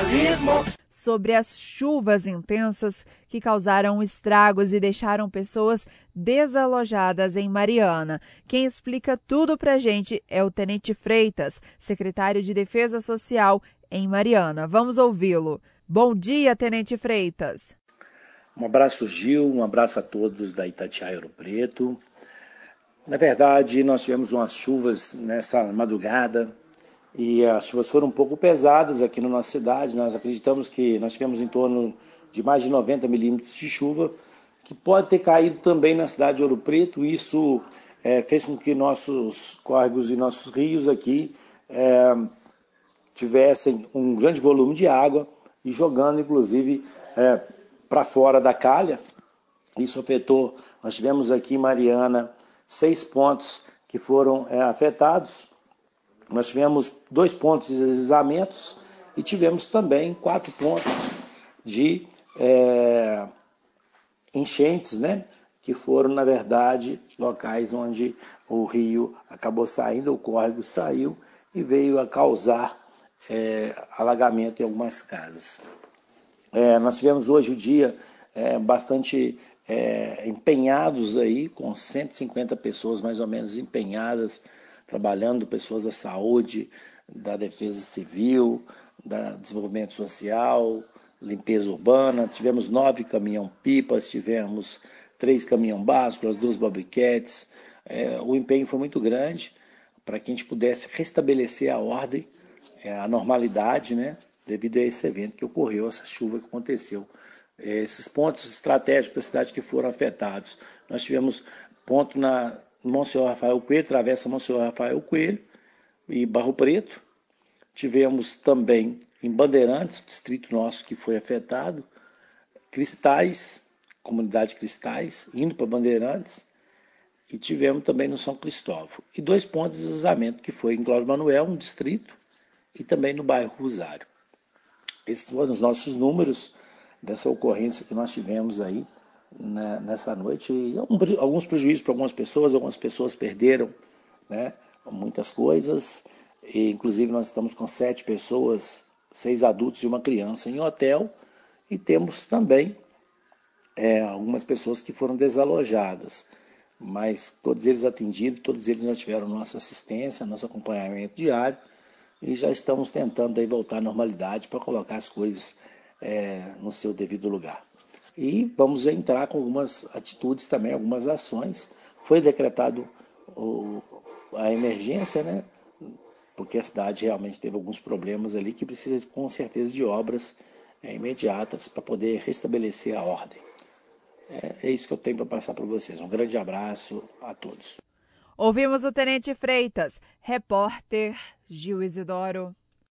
jornalismo. Sobre as chuvas intensas que causaram estragos e deixaram pessoas desalojadas em Mariana. Quem explica tudo pra gente é o Tenente Freitas, secretário de Defesa Social em Mariana. Vamos ouvi-lo. Bom dia, Tenente Freitas. Um abraço, Gil, um abraço a todos da Itatiaia Ouro Preto. Na verdade, nós tivemos umas chuvas nessa madrugada e as chuvas foram um pouco pesadas aqui na nossa cidade. Nós acreditamos que nós tivemos em torno de mais de 90 milímetros de chuva, que pode ter caído também na cidade de Ouro Preto. Isso fez com que nossos córregos e nossos rios aqui tivessem um grande volume de água e jogando, inclusive, para fora da calha. Isso afetou, nós tivemos aqui em Mariana 6 pontos que foram afetados. Nós tivemos 2 pontos de deslizamentos e tivemos também 4 pontos de enchentes, né? Que foram, na verdade, locais onde o rio acabou saindo, o córrego saiu e veio a causar alagamento em algumas casas. Nós tivemos hoje o dia bastante empenhados aí, com 150 pessoas mais ou menos empenhadas, trabalhando, pessoas da saúde, da defesa civil, da desenvolvimento social, limpeza urbana. Tivemos 9 caminhão-pipas, tivemos 3 caminhão-básculas, 2 bobcats. O empenho foi muito grande para que a gente pudesse restabelecer a ordem, a normalidade, né, devido a esse evento que ocorreu, essa chuva que aconteceu. Esses pontos estratégicos da cidade que foram afetados. Nós tivemos ponto na Monsenhor Rafael Coelho, travessa Monsenhor Rafael Coelho e Barro Preto. Tivemos também em Bandeirantes, distrito nosso que foi afetado, Cristais, comunidade Cristais, indo para Bandeirantes, e tivemos também no São Cristóvão. E 2 pontos de deslizamento, que foi em Cláudio Manuel, um distrito, e também no bairro Rosário. Esses foram os nossos números dessa ocorrência que nós tivemos aí nessa noite. E alguns prejuízos para algumas pessoas perderam, né, muitas coisas. E, inclusive, nós estamos com 7 pessoas, 6 adultos e uma criança em hotel. E temos também algumas pessoas que foram desalojadas. Mas todos eles atendidos, todos eles já tiveram nossa assistência, nosso acompanhamento diário. E já estamos tentando aí voltar à normalidade para colocar as coisas no seu devido lugar. E vamos entrar com algumas atitudes também, algumas ações. Foi decretado a emergência, né? Porque a cidade realmente teve alguns problemas ali que precisa com certeza de obras imediatas para poder restabelecer a ordem. É isso que eu tenho para passar para vocês. Um grande abraço a todos. Ouvimos o Tenente Freitas, repórter Gil Isidoro.